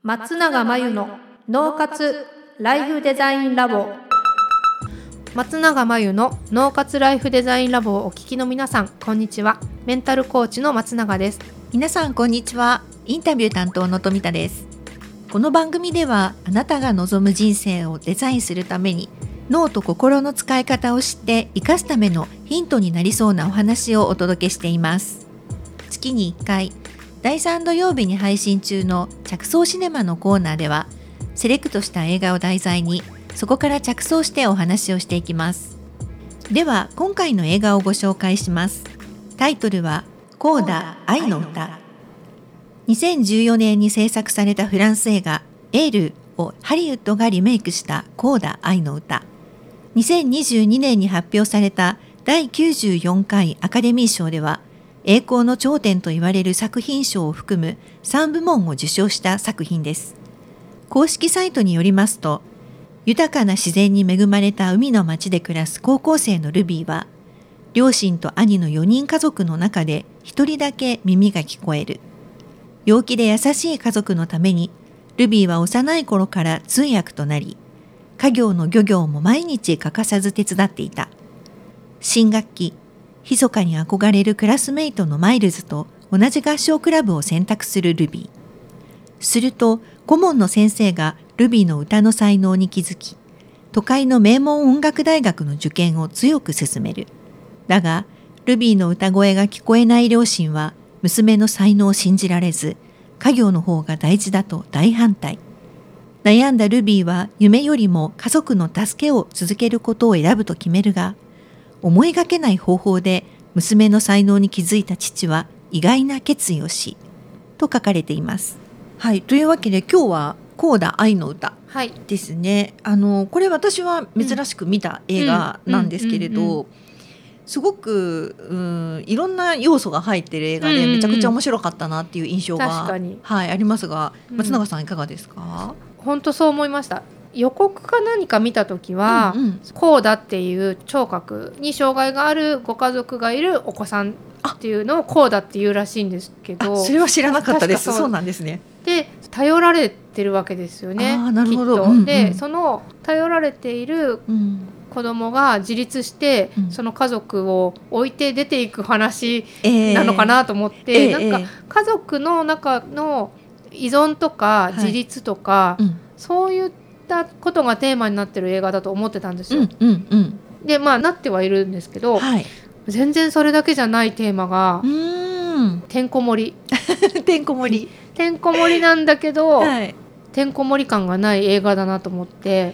松永真由の脳活ライフデザインラボ。松永真由の脳活ライフデザインラボをお聞きの皆さん、こんにちは。メンタルコーチの松永です。 皆さんこんにちは。インタビュー担当の富田です。この番組ではあなたが望む人生をデザインするために脳と心の使い方を知って生かすためのヒントになりそうなお話をお届けしています。月に1回第3土曜日に配信中の着想シネマのコーナーではセレクトした映画を題材にそこから着想してお話をしていきます。では今回の映画をご紹介します。タイトルはコーダ愛の歌。2014年に制作されたフランス映画エールをハリウッドがリメイクしたコーダ愛の歌。2022年に発表された第94回アカデミー賞では栄光の頂点と言われる作品賞を含む3部門を受賞した作品です。公式サイトによりますと、豊かな自然に恵まれた海の町で暮らす高校生のルビーは、両親と兄の4人家族の中で1人だけ耳が聞こえる。陽気で優しい家族のために、ルビーは幼い頃から通訳となり、家業の漁業も毎日欠かさず手伝っていた。新学期、密かに憧れるクラスメイトのマイルズと同じ合唱クラブを選択するルビー。すると顧問の先生がルビーの歌の才能に気づき、都会の名門音楽大学の受験を強く勧める。だがルビーの歌声が聞こえない両親は娘の才能を信じられず、家業の方が大事だと大反対。悩んだルビーは夢よりも家族の助けを続けることを選ぶと決めるが、思いがけない方法で娘の才能に気づいた父は意外な決意をし、と書かれています。はい、というわけで今日はコーダ愛の歌ですね。これ私は珍しく見た映画なんですけれど、すごくいろんな要素が入ってる映画でめちゃくちゃ面白かったなっていう印象が、はい、ありますが、松永さんいかがですか？ 本当そう思いました。予告か何か見たときは、コーダっていう聴覚に障害があるご家族がいるお子さんっていうのをコーダっていうらしいんですけど、 それは知らなかったです。そうなんですね。 で頼られてるわけですよね。 なるほど。 きっとでその頼られている子供が自立して、その家族を置いて出ていく話なのかなと思って、なんか家族の中の依存とか自立とか、そういったことがテーマになってる映画だと思ってたんですよ。でなってはいるんですけど、全然それだけじゃないテーマがてんこ盛りてんこ盛りなんだけど、てんこ盛り感がない映画だなと思って。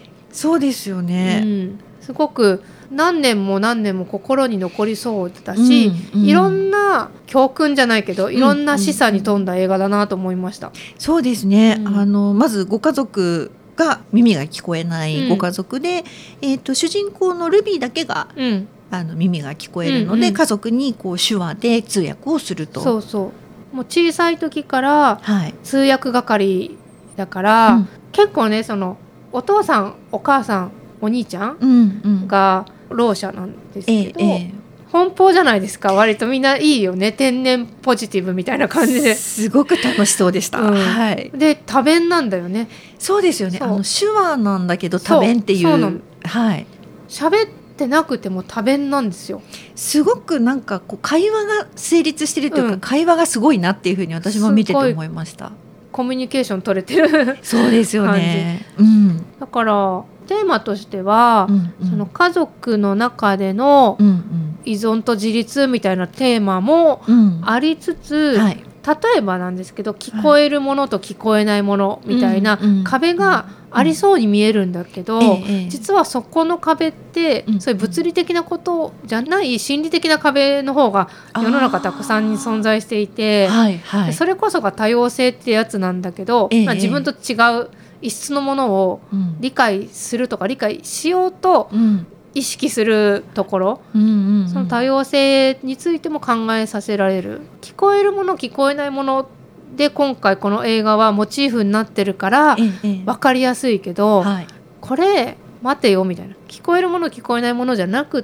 そうですよね、 すごく何年も何年も心に残りそうだし、いろんな教訓じゃないけどいろんな示唆に富んだ映画だなと思いました。 そうですね、まずご家族が耳が聞こえないご家族で、主人公のルビーだけが、耳が聞こえるので、家族にこう手話で通訳をすると。 もう小さい時から通訳係だから、結構ね、そのお父さんお母さんお兄ちゃんがろう者なんですけど、奔放じゃないですか。割とみんないいよね。天然ポジティブみたいな感じですごく楽しそうでした、 で多弁なんだよね。 そうですよね。手話なんだけど多弁っていう、 喋ってなくても多弁なんですよ。 すごくなんかこう会話が成立してるというか、会話がすごいなっていうふうに私も見てて思いました。 コミュニケーション取れてるそうですよね、 だからテーマとしては、その家族の中での依存と自立みたいなテーマもありつつ、例えばなんですけど、聞こえるものと聞こえないものみたいな壁がありそうに見えるんだけど、実はそこの壁って、そういう物理的なことじゃない心理的な壁の方が世の中たくさんに存在していて、それこそが多様性ってやつなんだけど、自分と違う異質のものを理解するとか理解しようと意識するところ、その多様性についても考えさせられる。聞こえるもの聞こえないもので今回この映画はモチーフになってるから分かりやすいけど、これ待てよみたいな、聞こえるもの聞こえないものじゃなくって、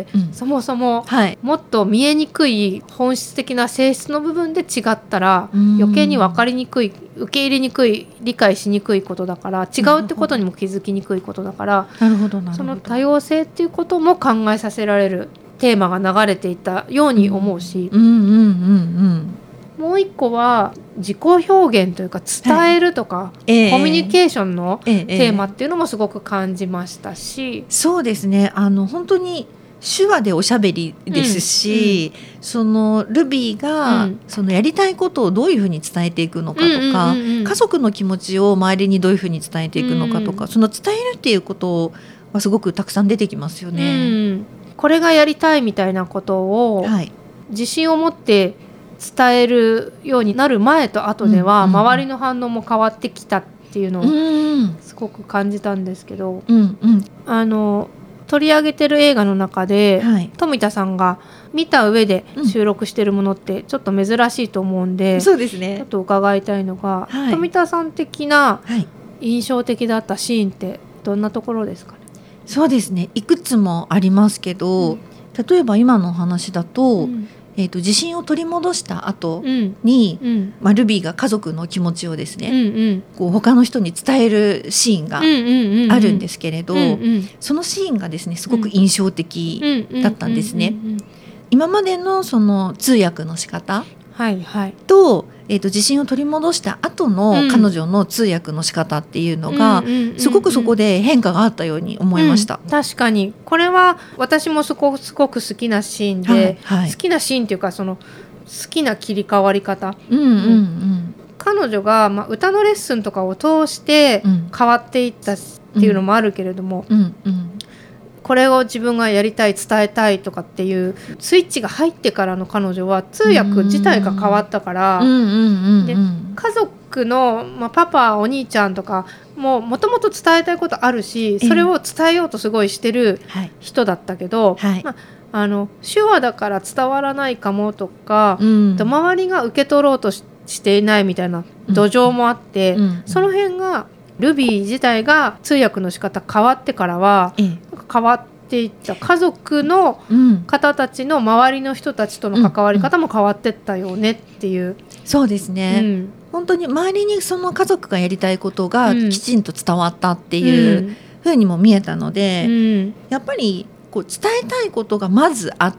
そもそももっと見えにくい本質的な性質の部分で違ったら余計に分かりにくい、受け入れにくい、理解しにくいことだから、違うってことにも気づきにくいことだから、その多様性っていうことも考えさせられるテーマが流れていたように思うし、もう一個は自己表現というか伝えるとか、コミュニケーションのテーマっていうのもすごく感じましたし、 そうですね、本当に手話でおしゃべりですし、そのルビーが、そのやりたいことをどういうふうに伝えていくのかとか、家族の気持ちを周りにどういうふうに伝えていくのかとか、その伝えるっていうことはすごくたくさん出てきますよね。 これがやりたいみたいなことを、自信を持って伝えるようになる前と後では、周りの反応も変わってきたっていうのをすごく感じたんですけど、取り上げてる映画の中で、富田さんが見た上で収録してるものってちょっと珍しいと思うんで、 そうですね、 ちょっと伺いたいのが、富田さん的な印象的だったシーンってどんなところですかね。 そうですね、いくつもありますけど、例えば今のお話だと、自信を取り戻した後に、ルビーが家族の気持ちをですね、こう他の人に伝えるシーンがあるんですけれど、そのシーンがですねすごく印象的だったんですね。今までのその通訳の仕方と、自信を取り戻した後の彼女の通訳の仕方っていうのがすごくそこで変化があったように思いました。 確かにこれは私もすごく好きなシーンで、好きなシーンっていうか、その好きな切り替わり方、彼女が、歌のレッスンとかを通して変わっていったっていうのもあるけれども、これを自分がやりたい、伝えたいとかっていうスイッチが入ってからの彼女は通訳自体が変わったから、で家族の、パパお兄ちゃんとかもともと伝えたいことあるし、それを伝えようとすごいしてる人だったけど、手話だから伝わらないかもとか、周りが受け取ろうとしていないみたいな土壌もあって、その辺がルビー自体が通訳の仕方変わってからは、変わっていった。家族の方たちの周りの人たちとの関わり方も変わっていったよねっていう、 そうですね、本当に周りにその家族がやりたいことがきちんと伝わったっていうふうにも見えたので、やっぱりこう伝えたいことがまずあって、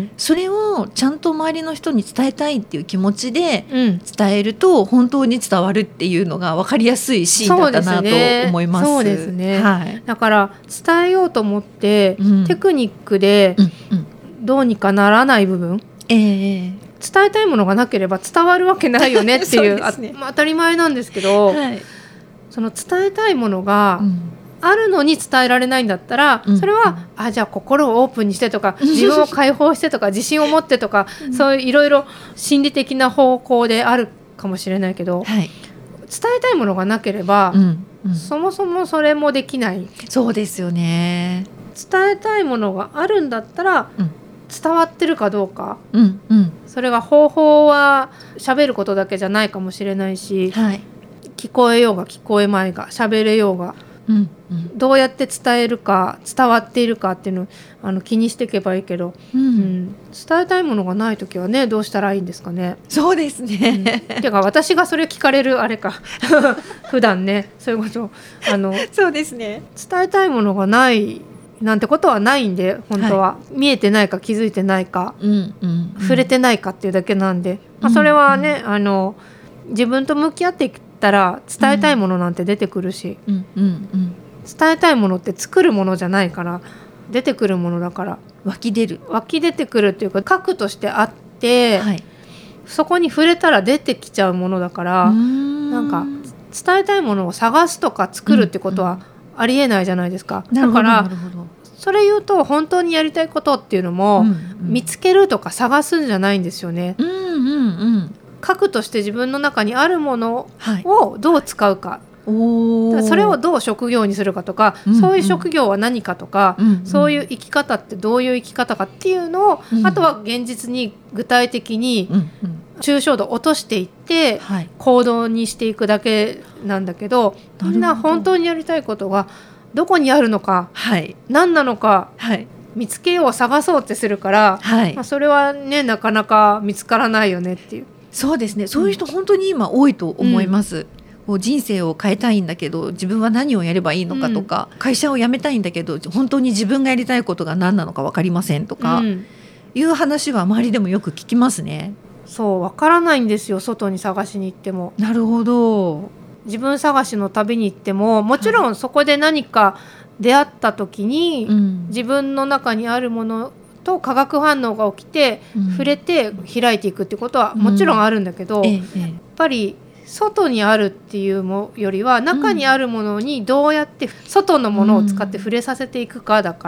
それをちゃんと周りの人に伝えたいっていう気持ちで伝えると本当に伝わるっていうのが分かりやすいシーンだったなと思います。 そうですね、だから伝えようと思って、テクニックでどうにかならない部分、伝えたいものがなければ伝わるわけないよねっていう当たり前なんですけど、その伝えたいものがあるのに伝えられないんだったら、それはじゃあ心をオープンにしてとか、自分を解放してとか、自信を持ってとか、そういういろいろ心理的な方向であるかもしれないけど、伝えたいものがなければ、そもそもそれもできない。 そうですよね。 伝えたいものがあるんだったら、伝わってるかどうか、それが方法は喋ることだけじゃないかもしれないし、聞こえようが聞こえまいが、喋れようが、どうやって伝えるか、伝わっているかっていうのを気にしていけばいいけど、伝えたいものがないときはね、どうしたらいいんですかね。 そうですね、 てか私がそれ聞かれるあれか普段ね、そういうことそうですね、 伝えたいものがないなんてことはないんで、本当は、見えてないか気づいてないか、触れてないかっていうだけなんで、それはね、自分と向き合っていったら伝えたいものなんて出てくるし、伝えたいものって作るものじゃないから出てくるものだから、 湧き出てくるっていうか、核としてあって、そこに触れたら出てきちゃうものだから、なんか伝えたいものを探すとか作るってことはありえないじゃないですか。だからそれ言うと、本当にやりたいことっていうのも、見つけるとか探すんじゃないんですよね。核として自分の中にあるものをどう使うか、それをどう職業にするかとか、そういう職業は何かとか、そういう生き方ってどういう生き方かっていうのを、あとは現実に具体的に抽象度を落としていって、行動にしていくだけなんだけど、みんな本当にやりたいことがどこにあるのか、 はい、 何なのか、 はい、 見つけよう探そうってするから、はい、それはねなかなか見つからないよねっていう。 そうですね、そういう人本当に今多いと思います、こう人生を変えたいんだけど自分は何をやればいいのかとか、会社を辞めたいんだけど本当に自分がやりたいことが何なのか分かりませんとか、いう話は周りでもよく聞きますね。 そう分からないんですよ、外に探しに行っても。 なるほど。 自分探しの旅に行ってももちろんそこで何か出会った時に、自分の中にあるものと化学反応が起きて、触れて開いていくってことはもちろんあるんだけど、やっぱり外にあるっていうよりは中にあるものにどうやって外のものを使って触れさせていくかだから、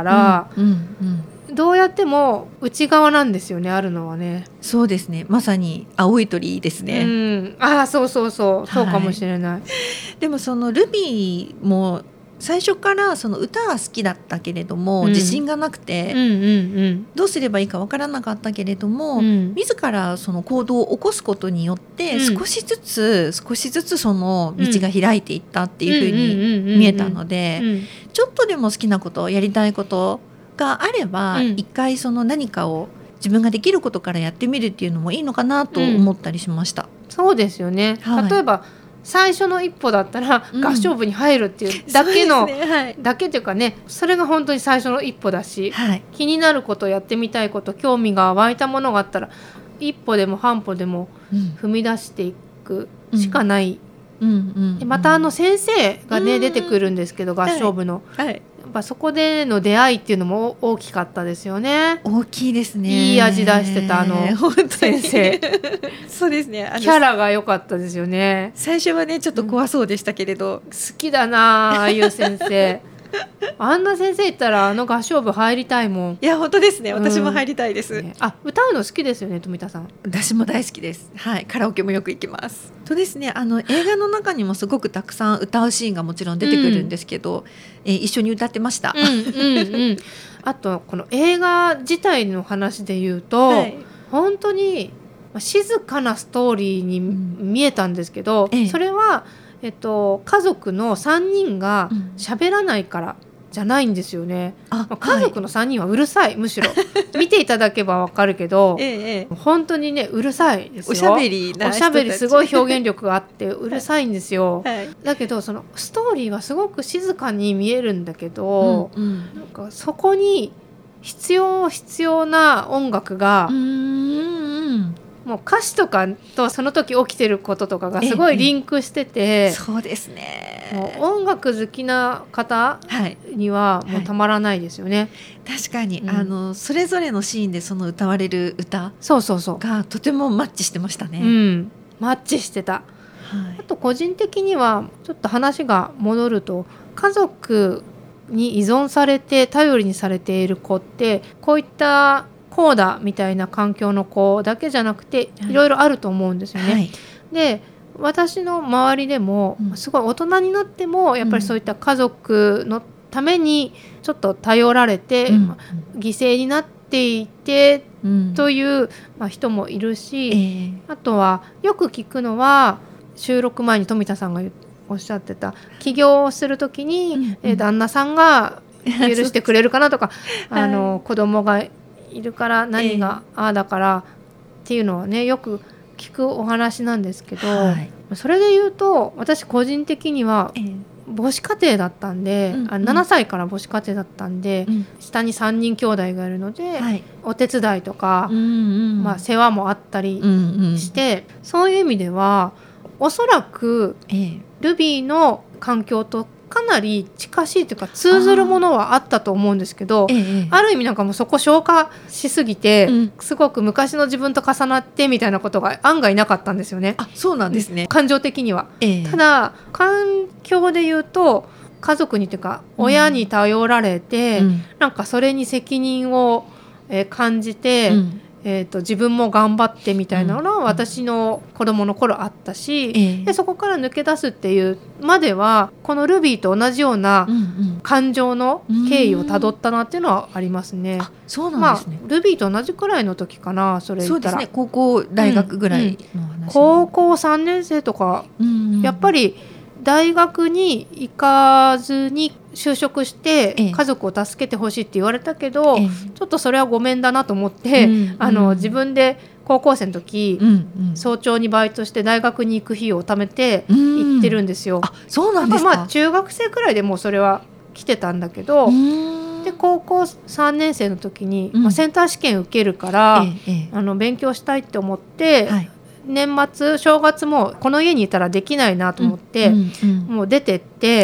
どうやっても内側なんですよね、あるのはね。 そうですね、まさに青い鳥ですね。 そうそうかもしれない、 でもそのルビーも最初からその歌は好きだったけれども、自信がなくて、どうすればいいか分からなかったけれども、自らその行動を起こすことによって、少しずつその道が開いていったっていうふうに見えたので、ちょっとでも好きなことやりたいことがあれば、一回その何かを自分ができることからやってみるっていうのもいいのかなと思ったりしました。 そうですよね、例えば最初の一歩だったら合唱部に入るっていうだけの、だけというかね、それが本当に最初の一歩だし、気になることやってみたいこと興味が湧いたものがあったら一歩でも半歩でも踏み出していくしかない、でまた先生がね、出てくるんですけど合唱部の、やっぱそこでの出会いっていうのも大きかったですよね。 大きいですね。 いい味出してた先生そうですね、 キャラが良かったですよね。 最初はねちょっと怖そうでしたけれど、 好きだなああいう先生あんな先生いたら合唱部入りたいもん。 いや本当ですね、私も入りたいです、 歌うの好きですよね、富田さん。 私も大好きです、カラオケもよく行きます。とですね、映画の中にもすごくたくさん歌うシーンがもちろん出てくるんですけど、一緒に歌ってました。 あとこの映画自体の話で言うと、本当に静かなストーリーに見えたんですけど、それは家族の3人が喋らないからじゃないんですよね。家族の3人はうるさい、むしろ見ていただけばわかるけど、本当にねうるさいですよ。 おしゃべりな人たち、 おしゃべりすごい表現力があってうるさいんですよ、だけどそのストーリーはすごく静かに見えるんだけど、なんかそこに必要な音楽がもう歌詞とかとその時起きてることとかがすごいリンクしてて、 そうですね、 もう音楽好きな方にはもうたまらないですよね、 確かに、それぞれのシーンでその歌われる歌がとてもマッチしてましたね、 マッチしてた、あと個人的にはちょっと話が戻ると、家族に依存されて頼りにされている子ってこういったこうだみたいな環境の子だけじゃなくていろいろあると思うんですよね、で私の周りでもすごい大人になってもやっぱりそういった家族のためにちょっと頼られて、犠牲になっていて、という、人もいるし、あとはよく聞くのは収録前に富田さんがおっしゃってた、起業をするときに、旦那さんが許してくれるかなとか子供がいるから何がああだからっていうのはねよく聞くお話なんですけど、それで言うと私個人的には母子家庭だったんで、7歳から母子家庭だったんで、下に3人兄弟がいるので、お手伝いとか、世話もあったりして、そういう意味ではおそらく、ルビーの環境とかなり近しいというか通ずるものはあったと思うんですけど、ある意味なんかもうそこ消化しすぎて、すごく昔の自分と重なってみたいなことが案外なかったんですよね。 そうなんですね、 感情的には、ただ環境で言うと家族にというか親に頼られて、なんかそれに責任を感じて、自分も頑張ってみたいなのは私の子供の頃あったし、でそこから抜け出すっていうまではこのルビーと同じような感情の経緯をたどったなっていうのはありますね。 そうなんですね、 ルビーと同じくらいの時かな、それ言ったら。 そうですね、高校大学ぐらいの話、 高校3年生とか、やっぱり大学に行かずに就職して家族を助けてほしいって言われたけど、ちょっとそれはごめんだなと思って、自分で高校生の時、早朝にバイトして大学に行く費用を貯めて行ってるんですよ。 そうなんですか。 中学生くらいでもうそれは来てたんだけど、で高校3年生の時に、センター試験受けるから、勉強したいって思って、年末正月もこの家にいたらできないなと思って、もう出てって、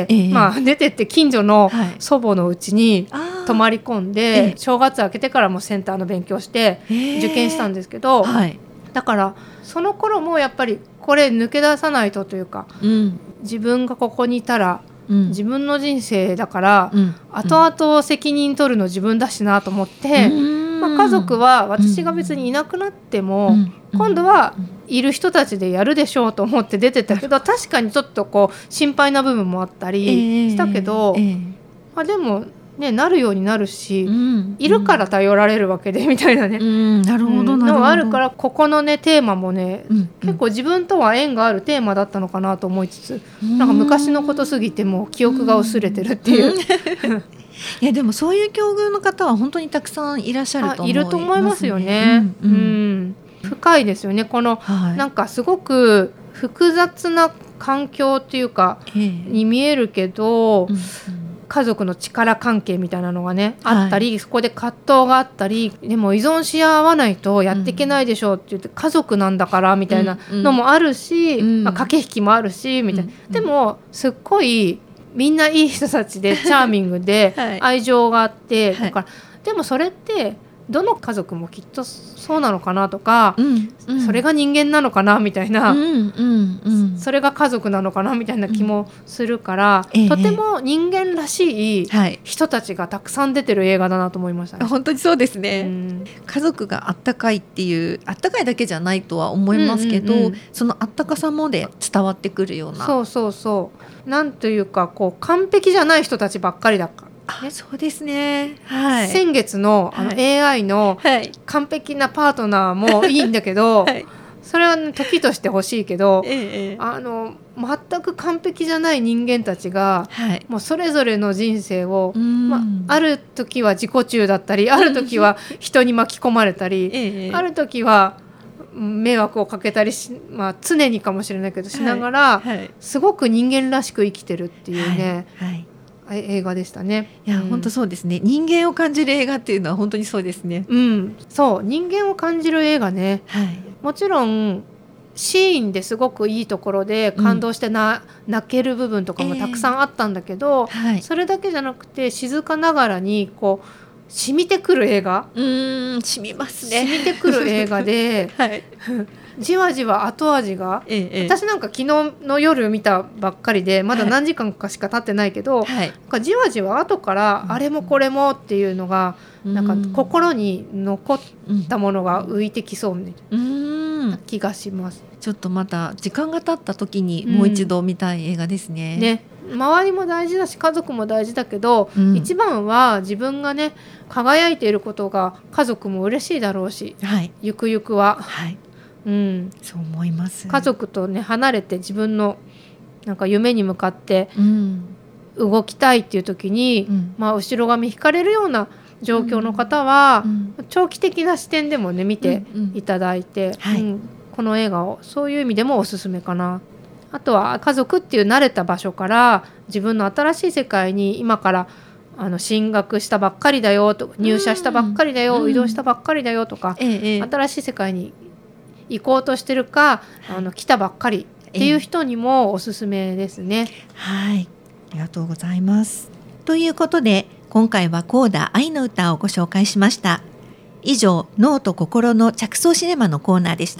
出てって近所の祖母の家に泊まり込んで、正月明けてからもセンターの勉強して受験したんですけど、だからその頃もやっぱりこれ抜け出さないとというか、自分がここにいたら自分の人生だから、後々責任取るの自分だしなと思って、家族は私が別にいなくなっても、今度はいる人たちでやるでしょうと思って出てたけど、確かにちょっとこう心配な部分もあったりしたけど、でもね、なるようになるし、いるから頼られるわけでみたいなね、 なるほどのがあるから、ここのねテーマもね、結構自分とは縁があるテーマだったのかなと思いつつ、なんか昔のことすぎてもう記憶が薄れてるっていう、 いやでもそういう境遇の方は本当にたくさんいらっしゃると思いますね。 いると思いますよね。深いですよね。この、なんかすごく複雑な環境というか、に見えるけど、家族の力関係みたいなのがね、あったり、そこで葛藤があったり、でも依存し合わないとやっていけないでしょうって言って、家族なんだからみたいなのもあるし、駆け引きもあるしみたいな、でもすっごいみんないい人たちでチャーミングで愛情があって、だからでもそれってどの家族もきっとそうなのかなとか、それが人間なのかなみたいな、それが家族なのかなみたいな気もするから、とても人間らしい人たちがたくさん出てる映画だなと思いましたね。 本当にそうですね、家族があったかいっていう、あったかいだけじゃないとは思いますけど、そのあったかさもで伝わってくるような、 なんというかこう完璧じゃない人たちばっかりだから。 そうですね、 先月の、AI の完璧なパートナーもいいんだけど、それは、時としてほしいけど、全く完璧じゃない人間たちが、もうそれぞれの人生を、ある時は自己中だったり、ある時は人に巻き込まれたり、ある時は迷惑をかけたり常にかもしれないけどしながら、すごく人間らしく生きてるっていうね、映画でしたね。 いや、本当そうですね。人間を感じる映画っていうのは本当にそうですね。 そう、人間を感じる映画ね、もちろんシーンですごくいいところで感動して泣ける部分とかもたくさんあったんだけど、それだけじゃなくて静かながらにこう染みてくる映画、 染みますね。 染みてくる映画で、じわじわ後味が、私なんか昨日の夜見たばっかりでまだ何時間かしか経ってないけど、じわじわ後からあれもこれもっていうのが、なんか心に残ったものが浮いてきそうな気がします。 ちょっとまた時間が経った時にもう一度見たい映画ですね。 周りも大事だし家族も大事だけど、一番は自分がね輝いていることが家族も嬉しいだろうし、ゆくゆくは、 そう思います。 家族とね離れて自分のなんか夢に向かって動きたいっていう時に、後ろ髪引かれるような状況の方は、長期的な視点でもね見ていただいて、この映画をそういう意味でもおすすめかな。あとは家族っていう慣れた場所から自分の新しい世界に今から進学したばっかりだよとか、入社したばっかりだよ、移動したばっかりだよとか、新しい世界に行こうとしてるか、来たばっかりっていう人にもおすすめですね。 ありがとうございます。ということで今回はコーダ愛の歌をご紹介しました。以上、脳と心の着想シネマのコーナーでした。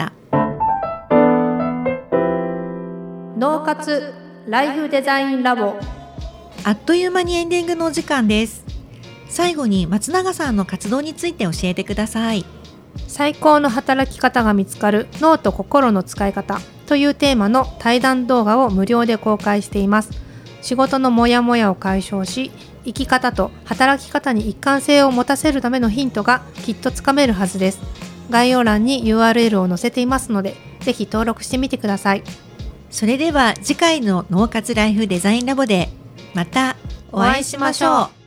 脳活ライフデザインラボ、 あっという間にエンディングのお時間です。最後に松永さんの活動について教えてください。 最高の働き方が見つかる脳と心の使い方というテーマの対談動画を無料で公開しています。仕事のモヤモヤを解消し、生き方と働き方に一貫性を持たせるためのヒントがきっとつかめるはずです。概要欄に URL を載せていますので、ぜひ登録してみてください。 それでは次回の脳活ライフデザインラボでまたお会いしましょう。